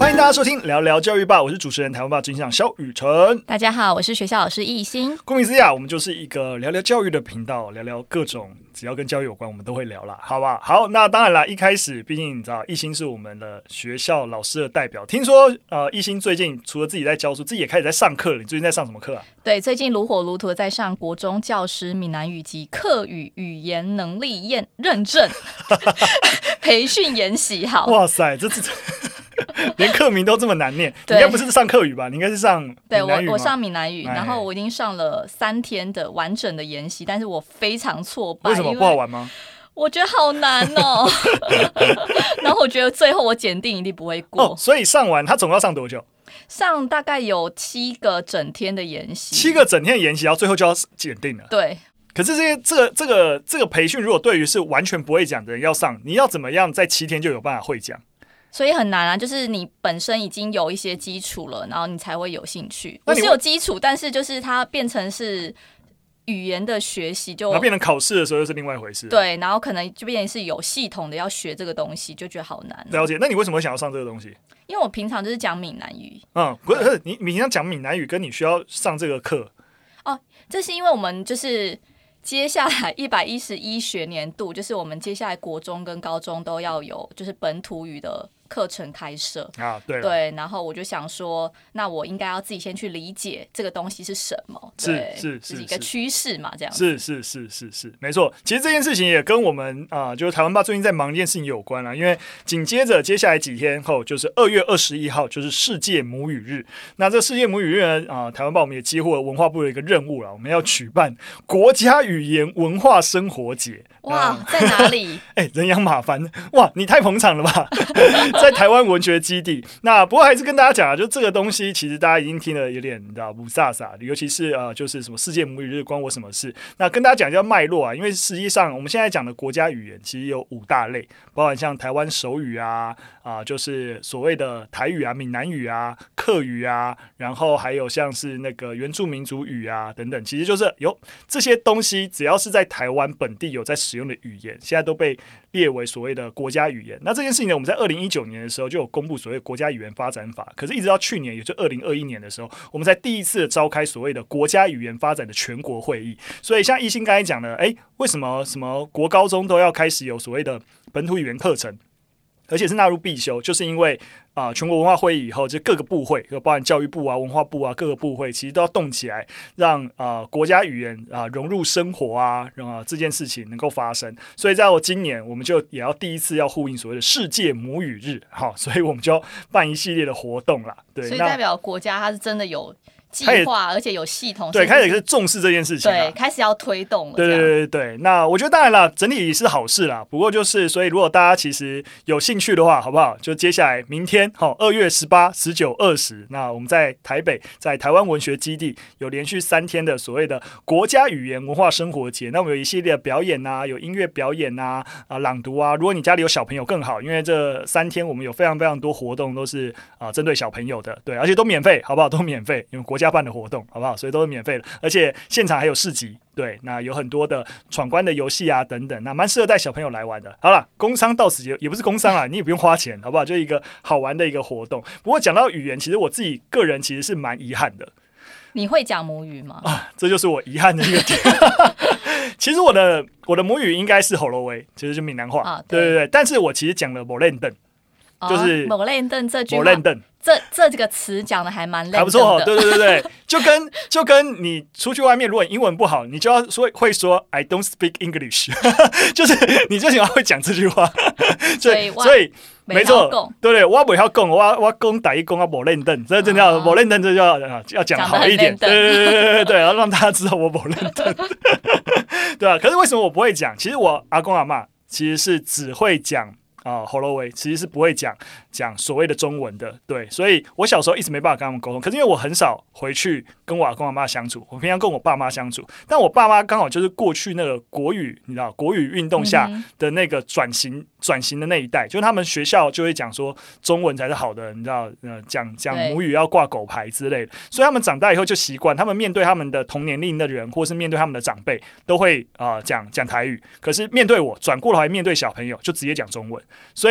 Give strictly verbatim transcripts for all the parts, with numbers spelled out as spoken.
欢迎大家收听聊聊教育吧，我是主持人台湾吧执行长萧雨辰。 大家好，我是学校老师艺兴。 顾名思义啊，我们就是一个聊聊教育的频道，聊聊各种只要跟教育有关，我们都会聊啦，好不好？好，那当然啦，一开始毕竟你知道，艺兴是我们的学校老师的代表。听说呃，艺兴最近除了自己在教书，自己也开始在上课了。你最近在上什么课啊？ 对，最近如火如荼的在上国中教师闽南语及客语语言能力验认证培训研习。好， 哇塞，这这。连课名都这么难念，你应该不是上客语吧？你应该是上闽南语吗？ 对，我我上闽南语，然后我已经上了三天的完整的研习，但是我非常挫败。 为什么不好玩吗？ 我觉得好难哦。然后我觉得最后我检定一定不会过。 哦，所以上完他总要上多久？ 上大概有七个整天的研习， 七个整天的研习，然后最后就要检定了。 对。 可是这些这个这个这个培训，如果对于是完全不会讲的人要上，你要怎么样在七天就有办法会讲？ 所以很难啊，就是你本身已经有一些基础了，然后你才会有兴趣。我是有基础，但是就是它变成是语言的学习就，就然后变成考试的时候又是另外一回事。 对，然后可能就变成是有系统的要学这个东西，就觉得好难。 了解。那你为什么会想要上这个东西？ 因为我平常就是讲闽南语。 嗯，不是，你你平常讲闽南语，跟你需要上这个课哦，这是因为我们就是接下来一百一十一学年度，就是我们接下来国中跟高中都要有就是本土语的课程开设啊，对对，然后我就想说，那我应该要自己先去理解这个东西是什么， 是是是一个趋势嘛，这样是是是是是没错。其实这件事情也跟我们啊、呃，就是台湾吧最近在忙一件事情有关啦，因为紧接着接下来几天后，就是二月二十一号，就是世界母语日。那这世界母语日呢，啊、呃，台湾吧我们也接获了文化部的一个任务了，我们要举办国家语言文化生活节。 哇，在哪里？ 哎、欸，人仰马翻，哇，你太捧场了吧！在台湾文学基地。那不过还是跟大家讲啊，就这个东西，其实大家已经听了有点你知道不飒飒，尤其是呃，就是什么世界母语日关我什么事？那跟大家讲一下脉络啊，因为实际上我们现在讲的国家语言其实有五大类，包含像台湾手语啊，啊、呃，就是所谓的台语啊、闽南语啊、客语啊，然后还有像是那个原住民族语啊等等，其实就是有这些东西，只要是在台湾本地有在使用的语言，现在都被列为所谓的国家语言。那这件事情呢，我们在二零一九年的时候就有公布所谓国家语言发展法，可是一直到去年，也就二零二一年的时候，我们才第一次召开所谓的国家语言发展的全国会议。所以像艺兴刚才讲的，哎，为什么什么国高中都要开始有所谓的本土语言课程？而且是纳入必修，就是因为啊、呃，全国文化会议以后，就各个部会，包含教育部啊、文化部啊，各个部会其实都要动起来，让啊、呃、国家语言啊、呃、融入生活啊，让、呃、这件事情能够发生。所以在我今年，我们就也要第一次要呼应所谓的世界母语日，好，所以我们就要办一系列的活动啦。对， 所以代表国家它是真的有计划，而且有系统， 对，开始是重视这件事情， 对，开始要推动了。 对对对对，那我觉得当然啦，整体是好事啦。不过就是，所以如果大家其实有兴趣的话，好不好？就接下来明天，好，二月十八、十九、二十，那我们在台北，在台湾文学基地有连续三天的所谓的国家语言文化生活节。那我们有一系列的表演啊，有音乐表演啊，啊朗读啊。如果你家里有小朋友更好，因为这三天我们有非常非常多活动都是啊针对小朋友的，对，而且都免费，好不好？都免费，因为国家办的活动，好不好？所以都是免费的，而且现场还有市集，对，那有很多的闯关的游戏啊等等，那蛮适合带小朋友来玩的。好了，工商到此也也不是工商啦，你也不用花钱，好不好？就一个好玩的一个活动。不过讲到语言，其实我自己个人其实是蛮遗憾的。 你会讲母语吗？ 啊，这就是我遗憾的一个点。其实我的我的母语应该是吼罗威，其实就闽南话，啊、对对对。但是我其实讲了某练邓。就是某练邓这句话， 这这这个词讲的还蛮练还不错，对对对对，就跟就跟你出去外面，如果你英文不好，你就要说会说 I don't speak English， 就是你最起码会讲这句话， 所以所以没错，对对，我不要讲，我我讲第一讲啊某练邓，这真的要某练邓，这就要要讲好一点，对对对对对对，然后让大家知道我某练邓，对啊。可是为什么我不会讲？其实我阿公阿嬷其实是只会讲。啊，喉咙维其实是不会讲讲所谓的中文的，对，所以我小时候一直没办法跟他们沟通。可是因为我很少回去跟我阿公阿嬷相处，我平常跟我爸妈相处，但我爸妈刚好就是过去那个国语，你知道国语运动下的那个转型转型的那一代，就是他们学校就会讲说中文才是好的，你知道，呃，讲讲母语要挂狗牌之类的，所以他们长大以后就习惯，他们面对他们的同年龄的人，或是面对他们的长辈，都会啊讲讲台语。可是面对我，转过来面对小朋友，就直接讲中文。所以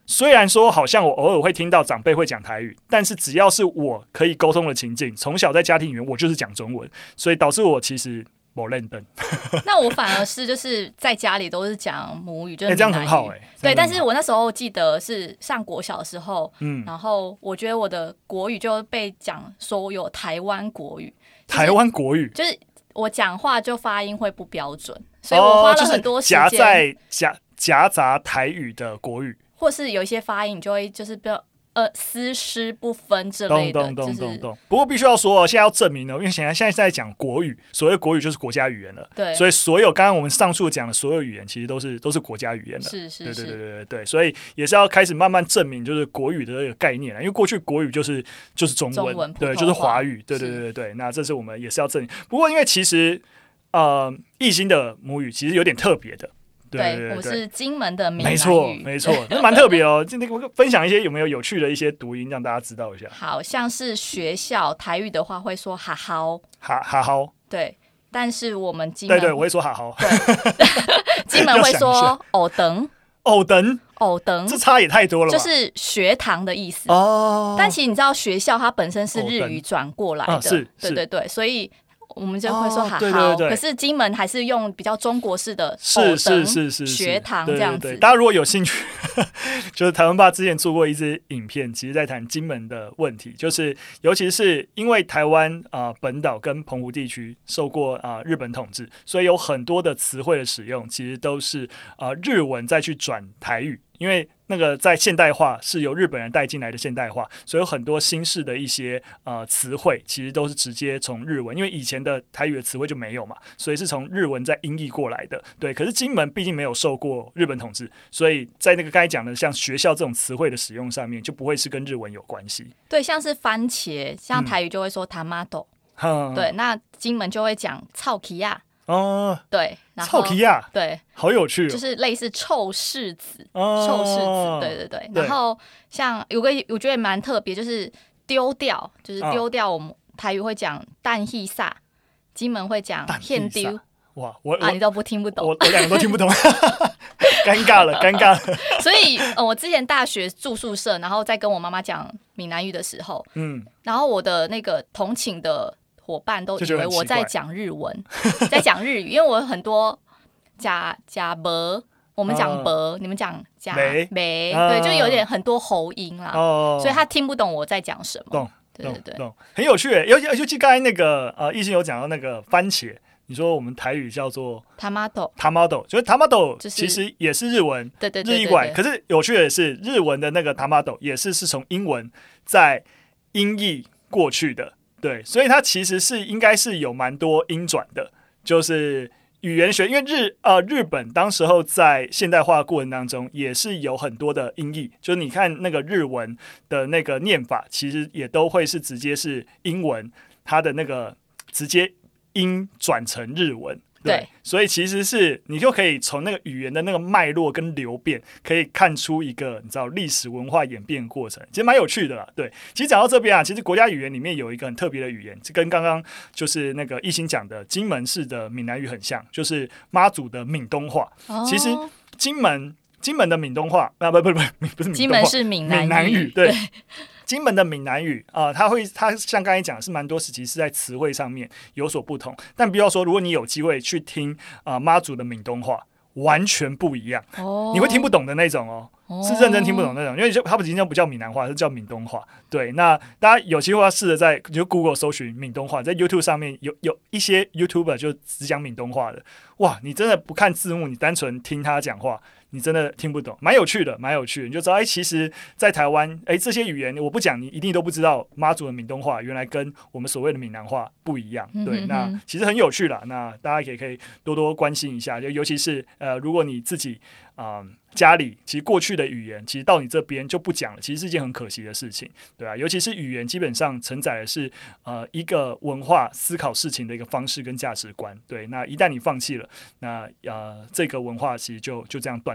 虽然说好像我偶尔会听到长辈会讲台语，但是只要是我可以沟通的情境，从小在家庭里面我就是讲中文，所以导致我其实没认真。 那我反而是就是在家里都是讲母语，就是闽南语、欸、 这样很好哎、欸。 对，但是我那时候记得是上国小的时候， 嗯， 然后我觉得我的国语就被讲说有台湾国语，就是、 台湾国语就是我讲话就发音会不标准，所以我花了很多时间、 哦就是、夹在夹夹杂台语的国语。 或是有一些发音，你就会就是比较呃丝湿不分之类的。 懂懂懂懂懂。不过必须要说，现在要证明了，因为现在现在在讲国语，所谓国语就是国家语言了。 对， 所以所有刚刚我们上述讲的所有语言，其实都是都是国家语言的。 是是是， 对对对对对。所以也是要开始慢慢证明，就是国语的这个概念了。因为过去国语就是就是中文， 中文对，就是华语。对对对对对。那这是我们也是要证明。不过因为其实呃，艺兴的母语其实有点特别的。对, 对, 对, 对， 我们是金门的闽南语， 没错没错，那蛮特别哦。今天分享一些有没有有趣的一些读音，让大家知道一下。 好像是学校台语的话会说哈好， 哈哈好， 对，但是我们金门， 对对，我会说哈好， 金门会说偶等， 偶等， 偶等， 这差也太多了吧， 就是学堂的意思哦。 但其实你知道，学校它本身是日语转过来的， 啊、是， 对对对，所以。我们就会说哈好、哦， 对对对， 可是金门还是用比较中国式的是是是是学堂这样子。 对对对，大家如果有兴趣，就是台湾爸之前做过一支影片，其实在谈金门的问题，就是尤其是因为台湾啊、呃、本岛跟澎湖地区受过啊、呃、日本统治，所以有很多的词汇的使用，其实都是啊、呃、日文再去转台语。因为那个在现代化是由日本人带进来的现代化，所以有很多新式的一些呃词汇，其实都是直接从日文，因为以前的台语的词汇就没有嘛，所以是从日文再音译过来的。对，可是金门毕竟没有受过日本统治，所以在那个刚才讲的像学校这种词汇的使用上面，就不会是跟日文有关系。 对，像是番茄，像台语就会说 tomato，、嗯、对，那金门就会讲草奇亚。哦，对， 臭皮亚， 对， 好有趣、哦， 就是类似臭柿子，哦、臭柿子，对对对。然后像有个我觉得蛮特别，就是丢掉，就是丢掉。我们台语会讲蛋希萨，金门会讲现丢。 哇，我啊，你都不听不懂， 我我两个都听不懂，尴尬了，尴尬了。 所以、呃，我之前大学住宿舍，然后在跟我妈妈讲闽南语的时候，嗯，然后我的那个同寝的伙伴都以为我在讲日文，在讲日语，因为我有很多假假伯，我们讲伯、嗯，你们讲假没、嗯，对，就有点很多喉音啦、哦，所以他听不懂我在讲什么。 懂， 对对对， 懂，很有趣耶。尤尤其刚才那个呃，艺兴有讲到那个番茄。你说我们台语叫做 tomato tomato， 就是 tomato 其实也是日文， 对对对， 日译过来。可是有趣的是，日文的那个 tomato 也是是从英文再音译过去的，对，所以它其实是应该是有蛮多音转的，就是语言学，因为日呃日本当时候在现代化过程当中也是有很多的音译，就是你看那个日文的那个念法，其实也都会是直接是英文，它的那个直接。音转成日文， 对， 对，所以其实是你就可以从那个语言的那个脉络跟流变，可以看出一个你知道历史文化演变过程，其实蛮有趣的啦。对，其实讲到这边啊，其实国家语言里面有一个很特别的语言，跟刚刚就是那个艺兴讲的金门式的闽南语很像，就是妈祖的闽东话。哦、其实金门金门的闽东话啊，不不不不是闽东话， 金门是闽南语， 闽南语对。对金门的闽南语啊、呃，它会，它像刚才讲的是蛮多时期是在词汇上面有所不同，但不要说，如果你有机会去听啊妈祖的闽东话，完全不一样，哦、你会听不懂的那种哦，哦是认真听不懂的那种，因为它不仅仅不叫闽南话，是叫闽东话。对，那大家有机会要试着在就 Google 搜寻闽东话，在 YouTube 上面有有一些 YouTuber 就只讲闽东话的，哇，你真的不看字幕，你单纯听他讲话。你真的听不懂，蛮有趣的，蛮有趣的，你就知道，哎，其实，在台湾，哎，这些语言我不讲，你一定都不知道，妈祖的闽东话原来跟我们所谓的闽南话不一样，对，嗯、那其实很有趣啦，那大家也可以多多关心一下，就尤其是呃，如果你自己啊、呃、家里其实过去的语言，其实到你这边就不讲了，其实是一件很可惜的事情，对啊，尤其是语言基本上承载的是呃一个文化思考事情的一个方式跟价值观，对，那一旦你放弃了，那呃这个文化其实就就这样断。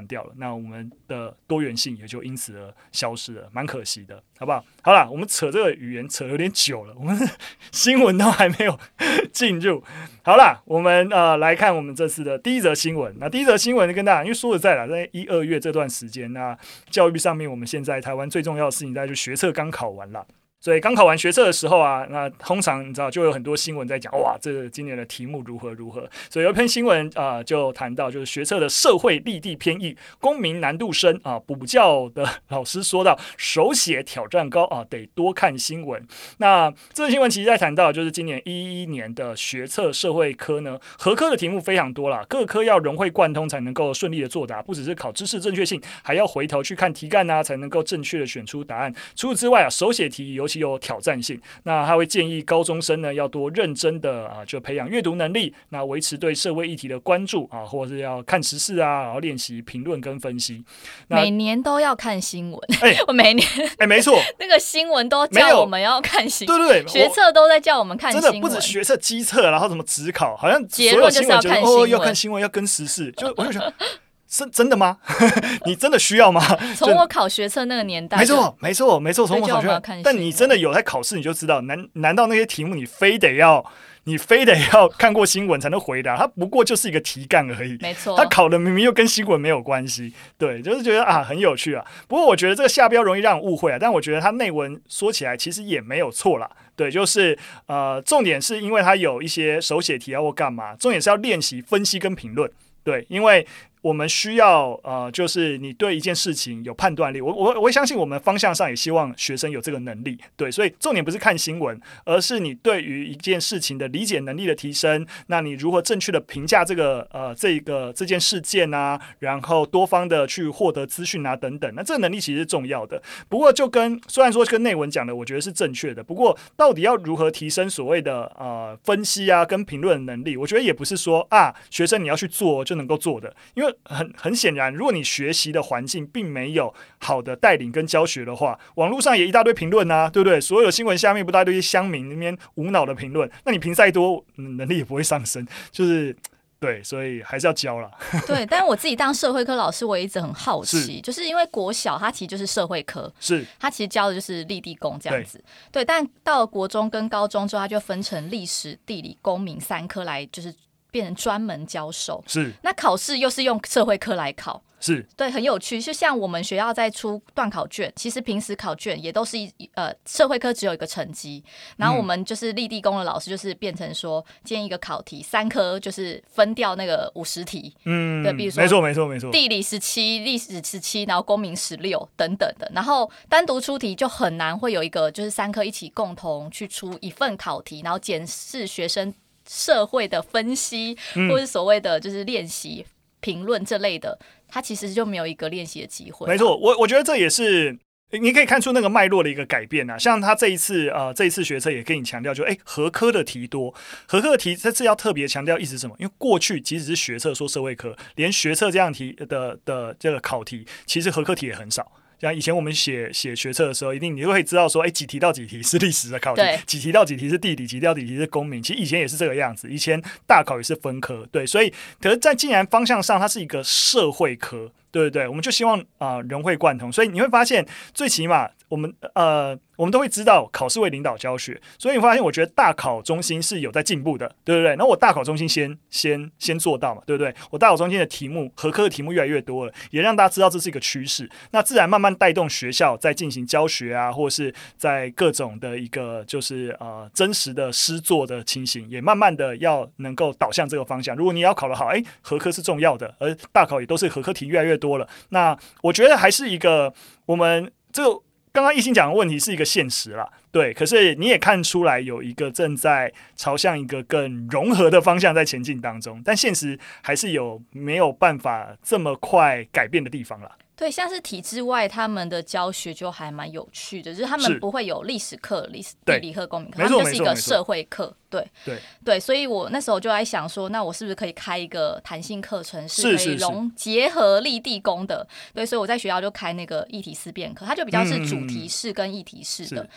掉了，那我们的多元性也就因此而消失了，蛮可惜的，好不好？好啦，我们扯这个语言扯有点久了，我们新闻都还没有进入。好啦，我们呃来看我们这次的第一则新闻。那第一则新闻跟大家，因为说实在啦，在一二月这段时间，那教育上面，我们现在台湾最重要的事情，大概就学测刚考完啦。所以刚考完学测的时候啊，那通常你知道就有很多新闻在讲，哇，这个今年的题目如何如何。所以有一篇新闻啊、呃，就谈到就是学测的社会立地偏易，公民难度深啊。补教的老师说到，手写挑战高啊，得多看新闻。那这个新闻其实在谈到就是今年一一年的学测社会科呢，合科的题目非常多啦，各科要融会贯通才能够顺利的作答，不只是考知识正确性，还要回头去看题干啊，才能够正确的选出答案。除此之外啊，手写题尤其有挑战性，那他会建议高中生呢要多认真的啊，就培养阅读能力，那维持对社会议题的关注啊，或者是要看时事啊，然后练习评论跟分析。 每年都要看新闻，哎、欸，我每年哎、欸，没错， 那个新闻都叫我们要看新闻， 对对对， 学测都在叫我们看新闻， 真的不止学测、基测，然后什么指考，好像所有新闻就是哦要看新闻，要跟时事，就我就想。是真的吗？你真的需要吗？ 从我考学测那个年代， 没错，没错，没错。从我考学测，但你真的有在考试，你就知道，难难道那些题目你非得要，你非得要看过新闻才能回答？它不过就是一个题干而已。 没错， 它考的明明又跟新闻没有关系。对，就是觉得啊很有趣啊。不过我觉得这个下标容易让人误会啊，但我觉得它内文说起来其实也没有错啦。对，就是呃，重点是因为它有一些手写题啊或干嘛，重点是要练习分析跟评论。对，因为我们需要呃，就是你对一件事情有判断力。我我我会相信我们方向上也希望学生有这个能力。对，所以重点不是看新闻，而是你对于一件事情的理解能力的提升。那你如何正确的评价这个呃这个这件事件啊，然后多方的去获得资讯啊等等。那这个能力其实是重要的。不过就跟虽然说跟内文讲的，我觉得是正确的。不过到底要如何提升所谓的呃分析啊跟评论的能力，我觉得也不是说啊学生你要去做就能够做的，因为很很显然，如果你学习的环境并没有好的带领跟教学的话，网络上也一大堆评论啊，对不对？所有新闻下面不大堆乡民那边无脑的评论，那你评再多，能力也不会上升，就是对，所以还是要教啦。 对，但是我自己当社会科老师，我也一直很好奇，是就是因为国小它其实就是社会科， 是它其实教的就是立地公这样子，对。对，但到了国中跟高中之后，它就分成历史、地理、公民三科来就是。变成专门教授， 是那考试又是用社会科来考， 是对，很有趣。就像我们学校在出段考卷，其实平时考卷也都是一呃社会科只有一个成绩，然后我们就是立地公的老师就是变成说，建一个考题三科就是分掉那个五十题，嗯，对，比如说没错没错没错， 地理十七、历史十七，然后公民十六等等的，然后单独出题就很难会有一个就是三科一起共同去出一份考题，然后检视学生。社会的分析，或是所谓的就是练习评论这类的，它其实就没有一个练习的机会。 没错，我我觉得这也是你可以看出那个脉络的一个改变啊。像他这一次呃这一次学测也跟你强调就，就哎合科的题多，合科的题这次要特别强调意思是什么？因为过去即使是学测说社会科，连学测这样题的的这个考题，其实合科题也很少。像以前我们写写学测的时候，一定你就会知道说，哎，几题到几题是历史的考题，几题到几题是地理，几题到几题是公民。其实以前也是这个样子，以前大考也是分科，对，所以可是，在既然方向上它是一个社会科，对不对？我们就希望啊、呃、融会贯通，所以你会发现，最起码我们呃我们都会知道考试会领导教学，所以你发现我觉得大考中心是有在进步的，对不对？然后我大考中心先先先做到嘛，对不对？我大考中心的题目合科的题目越来越多了，也让大家知道这是一个趋势，那自然慢慢带动学校在进行教学啊，或是在各种的一个就是呃真实的施作的情形，也慢慢的要能够导向这个方向。如果你要考得好，哎，合科是重要的，而大考也都是合科题越来越多了，那我觉得还是一个我们这个。刚刚一心讲的问题是一个现实啦，对，可是你也看出来有一个正在朝向一个更融合的方向在前进当中，但现实还是有没有办法这么快改变的地方啦。 对，像是体制外他们的教学就还蛮有趣的，就是他们不会有历史课、历史地理课、公民课，他们就是一个社会课。对对对，所以我那时候就在想说，那我是不是可以开一个弹性课程，是可以融结合立地公的？对，所以我在学校就开那个议题思辨课，它就比较是主题式跟议题式的。嗯、那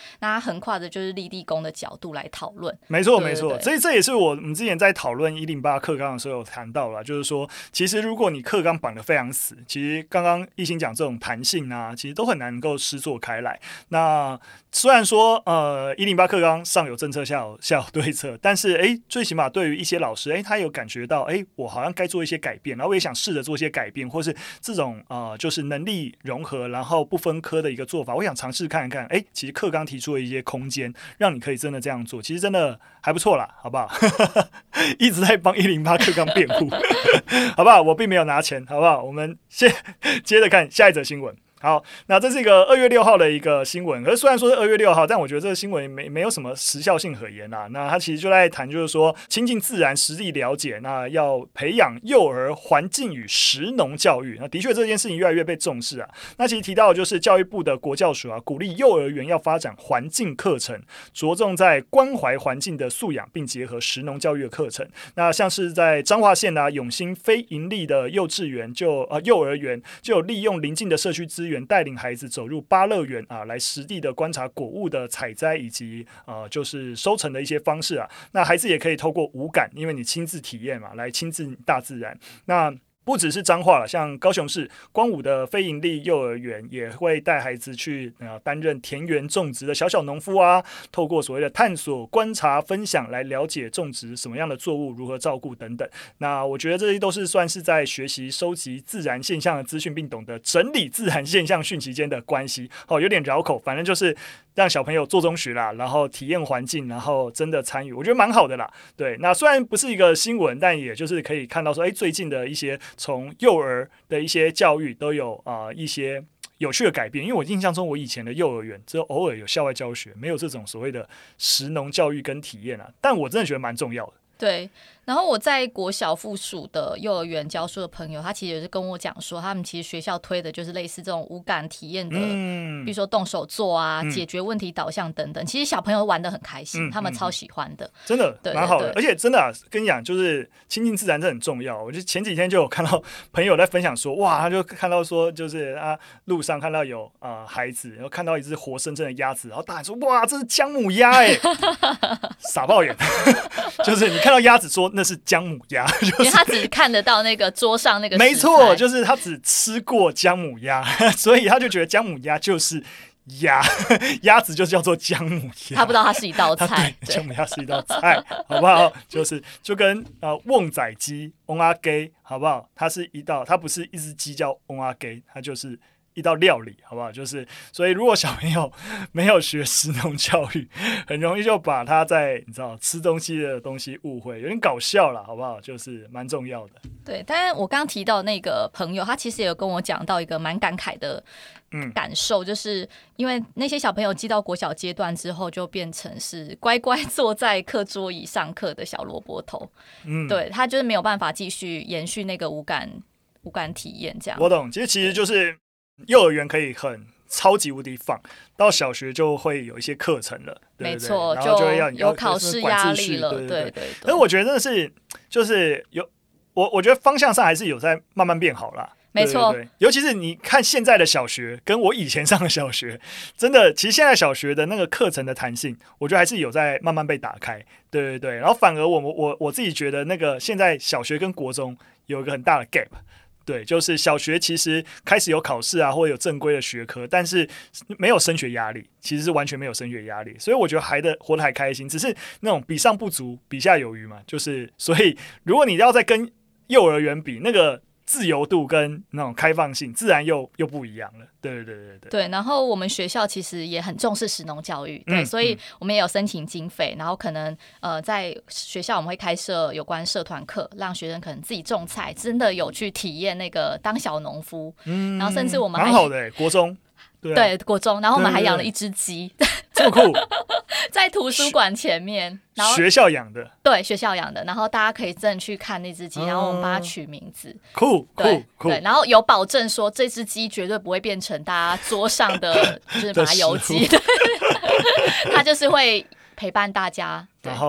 横跨的就是立地功的角度来讨论。 没错没错，所以这也是我们之前在讨论一零八课纲的时候有谈到了，就是说其实如果你课纲绑得非常死，其实刚刚一心讲这种弹性啊，其实都很难能够施作开来。那虽然说呃一零八课纲上有政策下有下有对策，但是哎，最起码对于一些老师，哎，他有感觉到哎，我好像该做一些改变，然后我也想试着做一些改变，或是这种呃就是能力融合，然后不分科的一个做法，我想尝试看看，哎，其实课纲提出了一些空间，让你可以真的这样做，其实真的还不错啦，好不好？一直在帮一零八课纲辩护，好不好？我并没有拿钱，好不好？我们先接着看下一则新闻。好，那这是一个二月六号的一个新闻，可是虽然说是二月六号，但我觉得这个新闻没没有什么时效性可言啊。那他其实就在谈，就是说亲近自然、实地了解，那要培养幼儿环境与食农教育。那的确这件事情越来越被重视啊。那其实提到的就是教育部的国教署啊，鼓励幼儿园要发展环境课程，着重在关怀环境的素养，并结合食农教育的课程。那像是在彰化县啊，永兴非营利的幼稚园就呃幼儿园就有利用邻近的社区资源。带领孩子走入芭乐园啊，来实地的观察果物的采摘以及呃就是收成的一些方式啊。那孩子也可以透过五感，因为你亲自体验嘛，来亲自大自然。那不只是彰化了，像高雄市光武的非营利幼儿园也会带孩子去呃担任田园种植的小小农夫啊，透过所谓的探索、观察、分享来了解种植什么样的作物、如何照顾等等。那我觉得这些都是算是在学习收集自然现象的资讯，并懂得整理自然现象讯息间的关系。哦，有点绕口，反正就是让小朋友做中学啦，然后体验环境，然后真的参与，我觉得蛮好的啦。对，那虽然不是一个新闻，但也就是可以看到说，哎，最近的一些从幼儿的一些教育都有啊、呃、一些有趣的改变。因为我印象中，我以前的幼儿园只有偶尔有校外教学，没有这种所谓的食农教育跟体验啊。但我真的觉得蛮重要的。 对，然后我在国小附属的幼儿园教书的朋友，他其实也是跟我讲说，他们其实学校推的就是类似这种五感体验的，嗯，比如说动手做啊、嗯、解决问题导向等等。其实小朋友玩得很开心，嗯、他们超喜欢的，嗯、 真的蛮好的。而且真的、啊、跟你讲，就是亲近自然这很重要。我就前几天就有看到朋友在分享说，哇，他就看到说，就是啊路上看到有啊、呃、孩子，然后看到一只活生生的鸭子，然后大喊说，哇，这是姜母鸭哎、欸，傻爆眼，就是你看。看到鸭子说那是姜母鸭，就是、 因为他只看得到那个桌上那个食材， 没错，就是他只吃过姜母鸭，所以他就觉得姜母鸭就是鸭，鸭子就叫做姜母鸭， 他不知道它是一道菜， 对，姜母鸭是一道菜，好不好？就是就跟呃瓮仔鸡、瓮阿鸡，好不好？它是一道，它不是一只鸡叫瓮阿鸡，它就是一道料理，好不好？就是所以，如果小朋友没有学食农教育，很容易就把他在你知道吃东西的东西误会，有点搞笑啦，好不好？就是蛮重要的。 对，但是我刚刚提到那个朋友，他其实也有跟我讲到一个蛮感慨的感受，嗯、就是因为那些小朋友进到国小阶段之后，就变成是乖乖坐在课桌椅上课的小萝卜头。嗯，对，他就是没有办法继续延续那个五感五感体验这样。 我懂，其实其实就是。幼儿园可以很超级无敌放，到小学就会有一些课程了，对对对，没错， 然后就会要有考试压力了，对对对。 可是我觉得真的是，就是有我我觉得方向上还是有在慢慢变好啦。 没错， 对对对，尤其是你看现在的小学跟我以前上的小学，真的，其实现在小学的那个课程的弹性，我觉得还是有在慢慢被打开，对对对。然后反而我我我自己觉得，那个现在小学跟国中有一个很大的 gap。对，就是小学其实开始有考试啊，或者有正规的学科，但是没有升学压力，其实是完全没有升学压力，所以我觉得还的活得还开心，只是那种比上不足，比下有余嘛，就是所以如果你要再跟幼儿园比，那个自由度跟那种开放性，自然又又不一样了。对对对对对。 对，然后我们学校其实也很重视食农教育，对，嗯、所以我们也有申请经费，然后可能呃在学校我们会开设有关社团课，让学生可能自己种菜，真的有去体验那个当小农夫。嗯，然后甚至我们还蛮好的、欸，国中。对, 啊、 对，国中，然后我们还养了一只鸡， 这么酷， 在图书馆前面，然后学校养的， 对，学校养的，然后大家可以真的去看那只鸡，嗯、然后我们帮它取名字， 酷酷酷， 对，然后有保证说这只鸡绝对不会变成大家桌上的就是麻油鸡，它就是会陪伴大家， 然后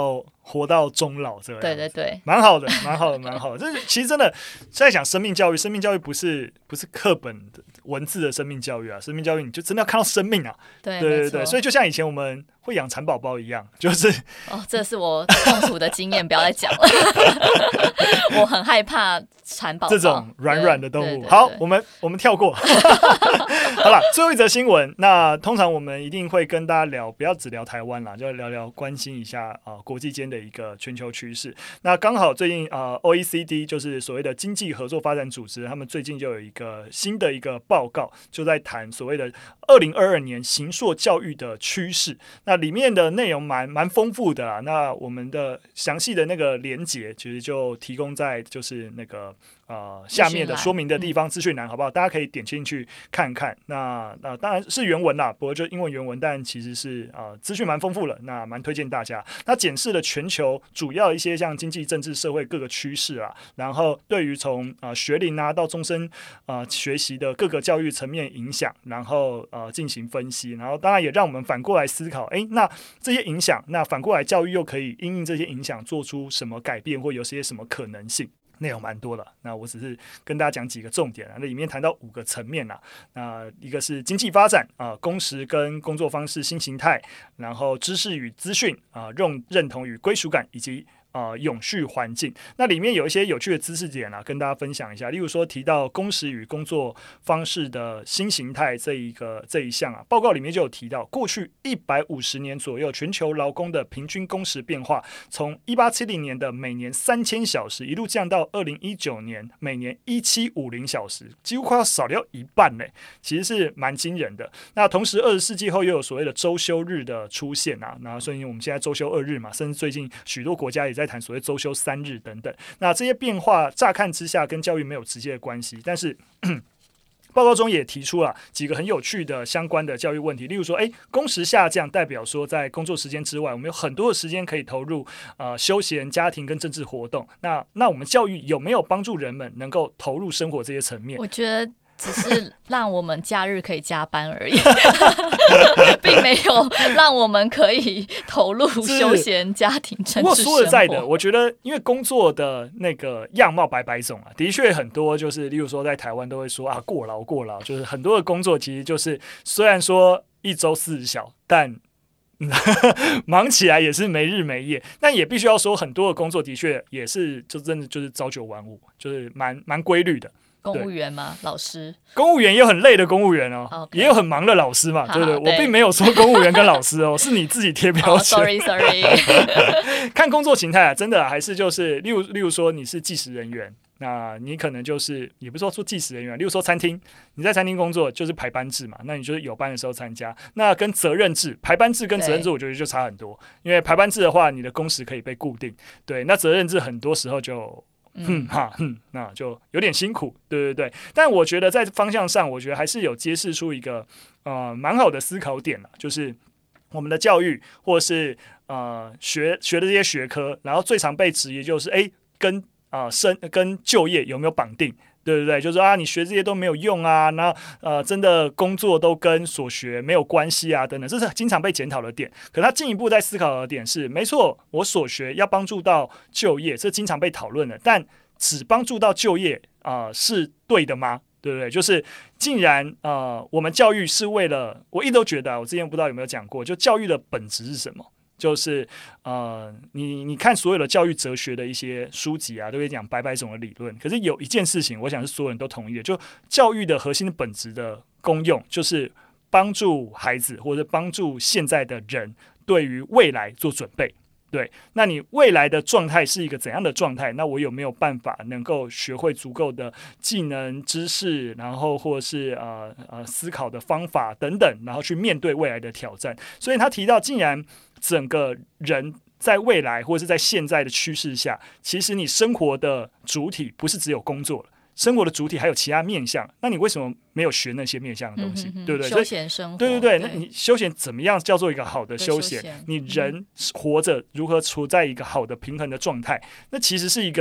活到终老这样。 对对对， 蛮好的，蛮好的，蛮好的。这其实真的在讲生命教育，生命教育不是不是课本的文字的生命教育啊，生命教育你就真的要看到生命啊。 对对对对，所以就像以前我们会养蚕宝宝一样，就是哦，这是我痛苦的经验，不要再讲了。我很害怕蚕宝宝这种软软的动物。对对对对，好，我们我们跳过。好了，最后一则新闻。那通常我们一定会跟大家聊，不要只聊台湾啦，就聊聊关心一下啊、呃、国际间的一个全球趋势。那刚好最近啊、呃、O E C D 就是所谓的经济合作发展组织，他们最近就有一个新的一个报告，就在谈所谓的二零二二年形塑教育的趋势。那里面的内容蛮蛮丰富的啦。那我们的详细的那个连结，其实就提供在就是那个。呃，下面的说明的地方资讯栏，好不好？大家可以点进去看看。那那当然是原文啦，不过就英文原文，但其实是呃资讯蛮丰富了，那蛮推荐大家。那检视了全球主要一些像经济、政治、社会各个趋势啊，然后对于从呃学龄啊到终身呃学习的各个教育层面影响，然后呃进行分析，然后当然也让我们反过来思考，哎，那这些影响，那反过来教育又可以因应这些影响做出什么改变，或有些什么可能性？内容蛮多的，那我只是跟大家讲几个重点啊。那里面谈到五个层面啊，那一个是经济发展啊、呃，工时跟工作方式新形态，然后知识与资讯啊，认认同与归属感，以及呃，永续环境。那里面有一些有趣的知识点啊，跟大家分享一下。例如说提到工时与工作方式的新形态这一个这一项啊，报告里面就有提到，过去一百五十年左右，全球劳工的平均工时变化，从一八七零年的每年三千小时，一路降到二零一九年每年一七五零小时，几乎快要少掉一半嘞，其实是蛮惊人的。那同时，二十世纪后又有所谓的周休日的出现啊，那所以我们现在周休二日嘛，甚至最近许多国家也在在谈所谓周休三日等等，那这些变化乍看之下跟教育没有直接的关系，但是报告中也提出了几个很有趣的相关的教育问题，例如说，哎，工时下降代表说在工作时间之外，我们有很多的时间可以投入呃休闲、家庭跟政治活动。那那我们教育有没有帮助人们能够投入生活这些层面？ 我觉得只是让我们假日可以加班而已，并没有让我们可以投入休闲、家庭、政治生活。不过说实在的，我觉得因为工作的那个样貌百百种啊，的确很多就是，例如说在台湾都会说啊过劳过劳，就是很多的工作其实就是虽然说一周四十小，但忙起来也是没日没夜，但也必须要说，很多的工作的确也是就真的就是朝九晚五，就是蛮蛮规律的。 公务员吗？老师？ 公务员也有很累的公务员哦， okay. 也有很忙的老师嘛，对不对？我并没有说公务员跟老师哦，是你自己贴标签。 Oh, sorry, sorry 。 看工作形态啊，真的、啊、还是就是，例如例如说你是计时人员，那你可能就是也不是说做计时人员，例如说餐厅，你在餐厅工作就是排班制嘛，那你就是有班的时候参加。那跟责任制，排班制跟责任制，我觉得就差很多，因为排班制的话，你的工时可以被固定，对，那责任制很多时候就。嗯哈嗯，那就有点辛苦，对对对。但我觉得在方向上，我觉得还是有揭示出一个呃蛮好的思考点了，就是我们的教育或是呃学学的这些学科，然后最常被质疑就是哎跟啊、呃、生跟就业有没有绑定？对不对？就是说啊，你学这些都没有用啊，那呃，真的工作都跟所学没有关系啊，等等，这是经常被检讨的点。可他进一步在思考的点是，没错，我所学要帮助到就业，这经常被讨论的，但只帮助到就业啊、呃，是对的吗？对不对？就是竟然呃，我们教育是为了，我一直都觉得，我之前不知道有没有讲过，就教育的本质是什么？就是呃，你你看所有的教育哲学的一些书籍啊，都会讲百百种的理论。可是有一件事情，我想是所有人都同意的，就教育的核心的本质的功用，就是帮助孩子或者帮助现在的人对于未来做准备。对，那你未来的状态是一个怎样的状态？那我有没有办法能够学会足够的技能、知识，然后或者是呃呃思考的方法等等，然后去面对未来的挑战？所以他提到，竟然整个人在未来或者是在现在的趋势下，其实你生活的主体不是只有工作了。生活的主体还有其他面向，那你为什么没有学那些面向的东西？嗯、哼哼对不对？ 休闲生活， 对对对。那你休闲怎么样叫做一个好的休闲？休闲你人活着如何处在一个好的平衡的状态？那其实是一个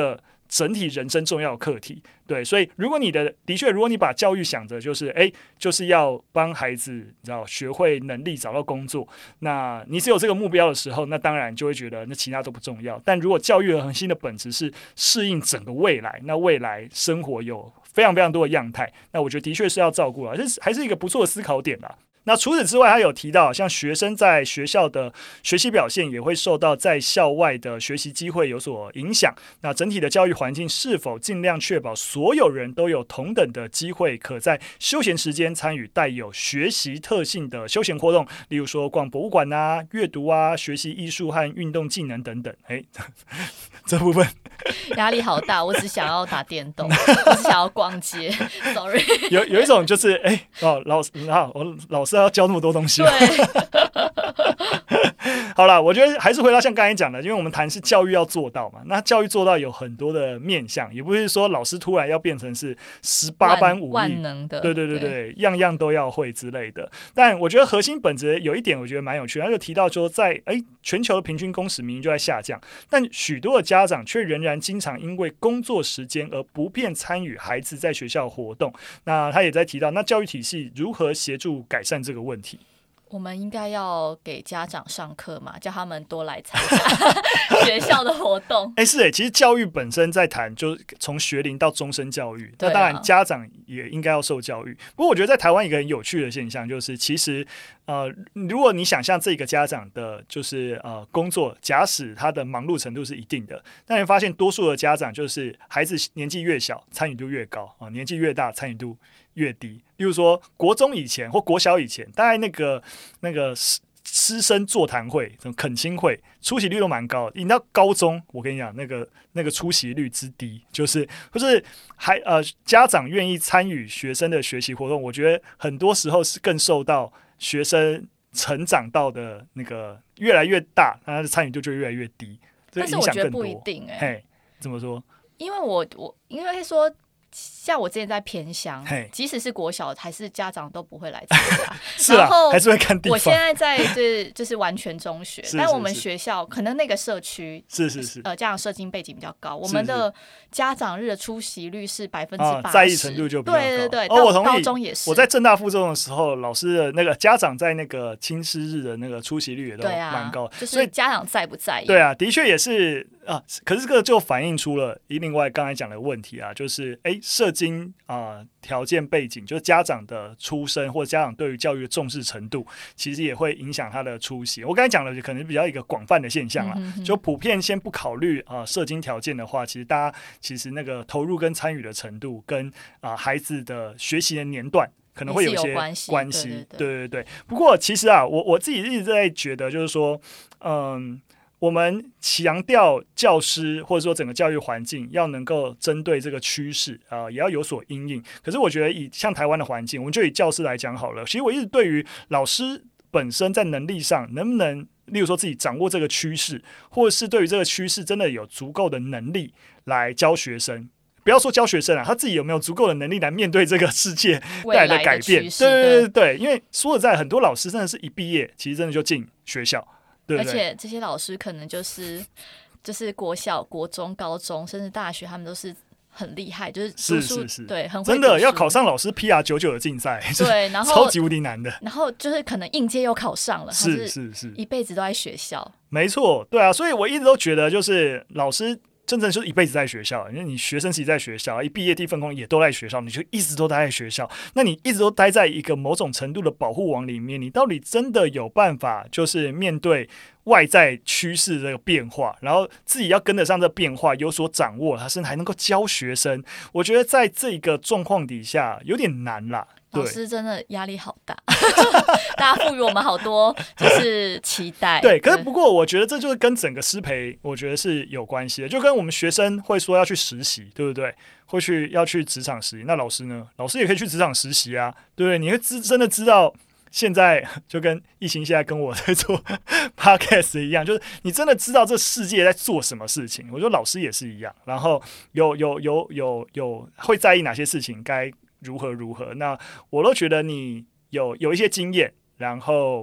整体人生重要的课题。对，所以如果你的的确，如果你把教育想着就是哎，就是要帮孩子你知道学会能力，找到工作，那你只有这个目标的时候，那当然就会觉得那其他都不重要。但如果教育的核心的本质是适应整个未来，那未来生活有非常非常多的样态，那我觉得的确是要照顾啊，这还是一个不错的思考点啦。那除此之外，他有提到，像学生在学校的学习表现也会受到在校外的学习机会有所影响。那整体的教育环境是否尽量确保所有人都有同等的机会，可在休闲时间参与带有学习特性的休闲活动，例如说逛博物馆啊、阅读啊、学习艺术和运动技能等等。哎，这部分压力好大，我只想要打电动，我只想要逛街。Sorry， 有有一种就是哎哦，老师啊，我老师要教那么多东西。 对。 好啦，我觉得还是回到像刚才讲的，因为我们谈是教育要做到嘛，那教育做到有很多的面向，也不是说老师突然要变成是十八般武艺万能的， 对对对 对, 对，样样都要会之类的。但我觉得核心本质有一点，我觉得蛮有趣的，他就提到说在，在全球的平均工时明明就在下降，但许多的家长却仍然经常因为工作时间而不便参与孩子在学校活动。那他也在提到，那教育体系如何协助改善这个问题？ 我们应该要给家长上课嘛，叫他们多来参加学校的活动。 哎、欸，是哎、欸，其实教育本身在谈，就是从学龄到终身教育。那当然，家长也应该要受教育。不过，我觉得在台湾一个很有趣的现象就是，其实呃，如果你想象这个家长的，就是呃工作，假使他的忙碌程度是一定的，但你发现多数的家长就是孩子年纪越小，参与度越高啊、呃，年纪越大，参与度越低。例如说，国中以前或国小以前，大概那个那个师生座谈会、这种恳亲会，出席率都蛮高的。你到高中，我跟你讲，那个那个出席率之低，就是或是还呃家长愿意参与学生的学习活动，我觉得很多时候是更受到学生成长到的那个越来越大，他的参与度就越来越低。 但是我觉得不一定哎、 欸，怎么说？ 因为我我因为说。像我之前在偏乡，即使是国小，还是家长都不会来参加。 是啊，还是会看地方。 我现在在就是就是完全中学，是是是，但我们学校可能那个社区是是是， 呃，家长社经背景比较高，我们的家长日的出席率是百分之八十， 在意程度就比较高。 对对对， 哦，我同意。 高中也是。 我在政大附中的时候，老师的那个家长在那个亲师日的那个出席率也都蛮高， 啊，就是家长在不在意？ 对啊，的确也是啊。可是这个就反映出了另外刚才讲的问题啊，就是哎，社经。啊，条件背景就是家长的出身或者家长对于教育的重视程度，其实也会影响他的出席。我刚才讲的可能比较一个广泛的现象啦，嗯、就普遍先不考虑啊社经条件的话，其实大家其实那个投入跟参与的程度跟啊孩子的学习的年段。可能会有一些关系，对对 对, 对。不过其实啊，我我自己一直在觉得，就是说，嗯。我们强调教师或者说整个教育环境要能够针对这个趋势啊、呃，也要有所因应。可是我觉得以像台湾的环境，我们就以教师来讲好了。其实我一直对于老师本身在能力上能不能，例如说自己掌握这个趋势，或者是对于这个趋势真的有足够的能力来教学生。不要说教学生啊，他自己有没有足够的能力来面对这个世界带来的改变？对对对对，因为说实在，很多老师真的是一毕业，其实真的就进学校。对对， 而且这些老师可能就是就是国小、国中、高中，甚至大学，他们都是很厉害，就是读书， 是是是， 对，很会真的要考上老师 P R 九十九 的竞赛， 对，然后超级无敌难的。 然后就是可能应届又考上了， 是是是， 一辈子都在学校。 没错，对啊，所以我一直都觉得，就是老师真正就是一辈子在学校，因为你学生时期在学校，一毕业第一份工也都在学校，你就一直都待在学校。那你一直都待在一个某种程度的保护网里面，你到底真的有办法，就是面对外在趋势的这个变化，然后自己要跟得上这个变化，有所掌握，他甚至还能够教学生。我觉得在这个状况底下有点难啦。 老师真的压力好大，大家赋予我们好多就是期待。 对，可是不过我觉得这就是跟整个师培，我觉得是有关系的。就跟我们学生会说要去实习，对不对？会去要去职场实习，那老师呢？老师也可以去职场实习啊，对不对？你会知真的知道。现在就跟疫情现在跟我在做 podcast 一样，就是你真的知道这世界在做什么事情。我觉得老师也是一样，然后有有有有有会在意哪些事情，该如何如何。那我都觉得你有有一些经验，然后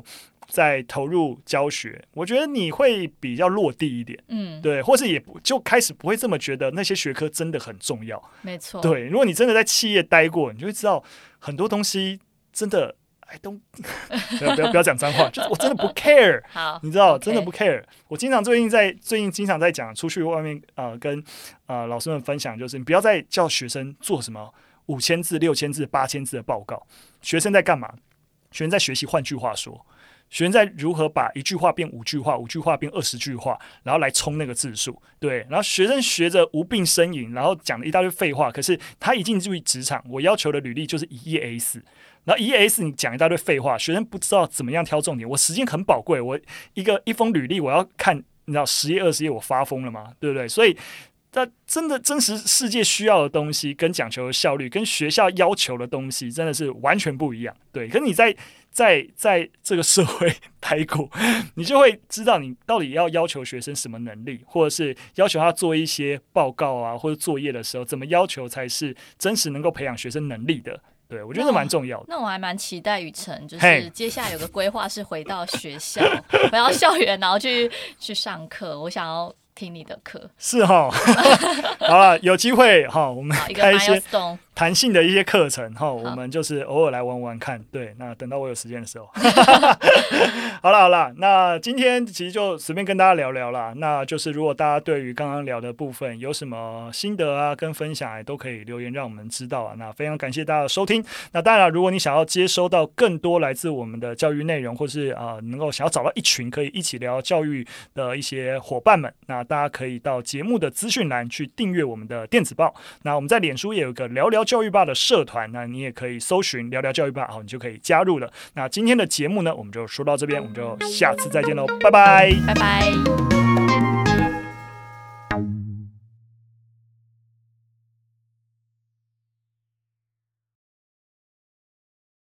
在投入教学，我觉得你会比较落地一点，嗯，对，或是也就开始不会这么觉得那些学科真的很重要， 没错， 对，如果你真的在企业待过，你就会知道很多东西真的。I don't 不要不要不要讲脏话，就是我真的不 care， 好， 你知道， okay. 真的不 care。我经常最近在最近经常在讲，出去外面呃跟呃老师们分享，就是你不要再叫学生做什么五千字、六千字、八千字的报告。学生在干嘛？学生在学习换句话说，学生在如何把一句话变五句话，五句话变二十句话，然后来冲那个字数。对，然后学生学着无病呻吟，然后讲了一大堆废话，可是他一进入职场，我要求的履历就是一页 A 四。然后一页 A 四 你讲一大堆废话，学生不知道怎么样挑重点。我时间很宝贵，我一个一封履历我要看，你知道十页二十页，我发疯了吗？对不对？所以，那真的真实世界需要的东西，跟讲求的效率，跟学校要求的东西，真的是完全不一样。对，可是你在在在这个社会待过，你就会知道你到底要要求学生什么能力，或者是要求他做一些报告啊或者作业的时候，怎么要求才是真实能够培养学生能力的。对，我觉得蛮重要的。 那我还蛮期待宇辰，就是接下来有个规划是回到学校，回到校园，然后去去上课。我想要听你的课， 是哈。好了，有机会哈，我们开一些弹性的一些课程哈，我们就是偶尔来玩玩看。对，那等到我有时间的时候。好了好了，那今天其实就随便跟大家聊聊啦。那就是如果大家对于刚刚聊的部分有什么心得啊跟分享，也都可以留言让我们知道啊。那非常感谢大家的收听。那当然，如果你想要接收到更多来自我们的教育内容，或是啊、呃、能够想要找到一群可以一起聊教育的一些伙伴们，那大家可以到节目的资讯栏去订阅我们的电子报。那我们在脸书也有个聊聊教育吧的社团，那你也可以搜寻聊聊教育吧，好，你就可以加入了。那今天的节目呢，我们就说到这边，我们就下次再见喽，拜拜， 拜拜。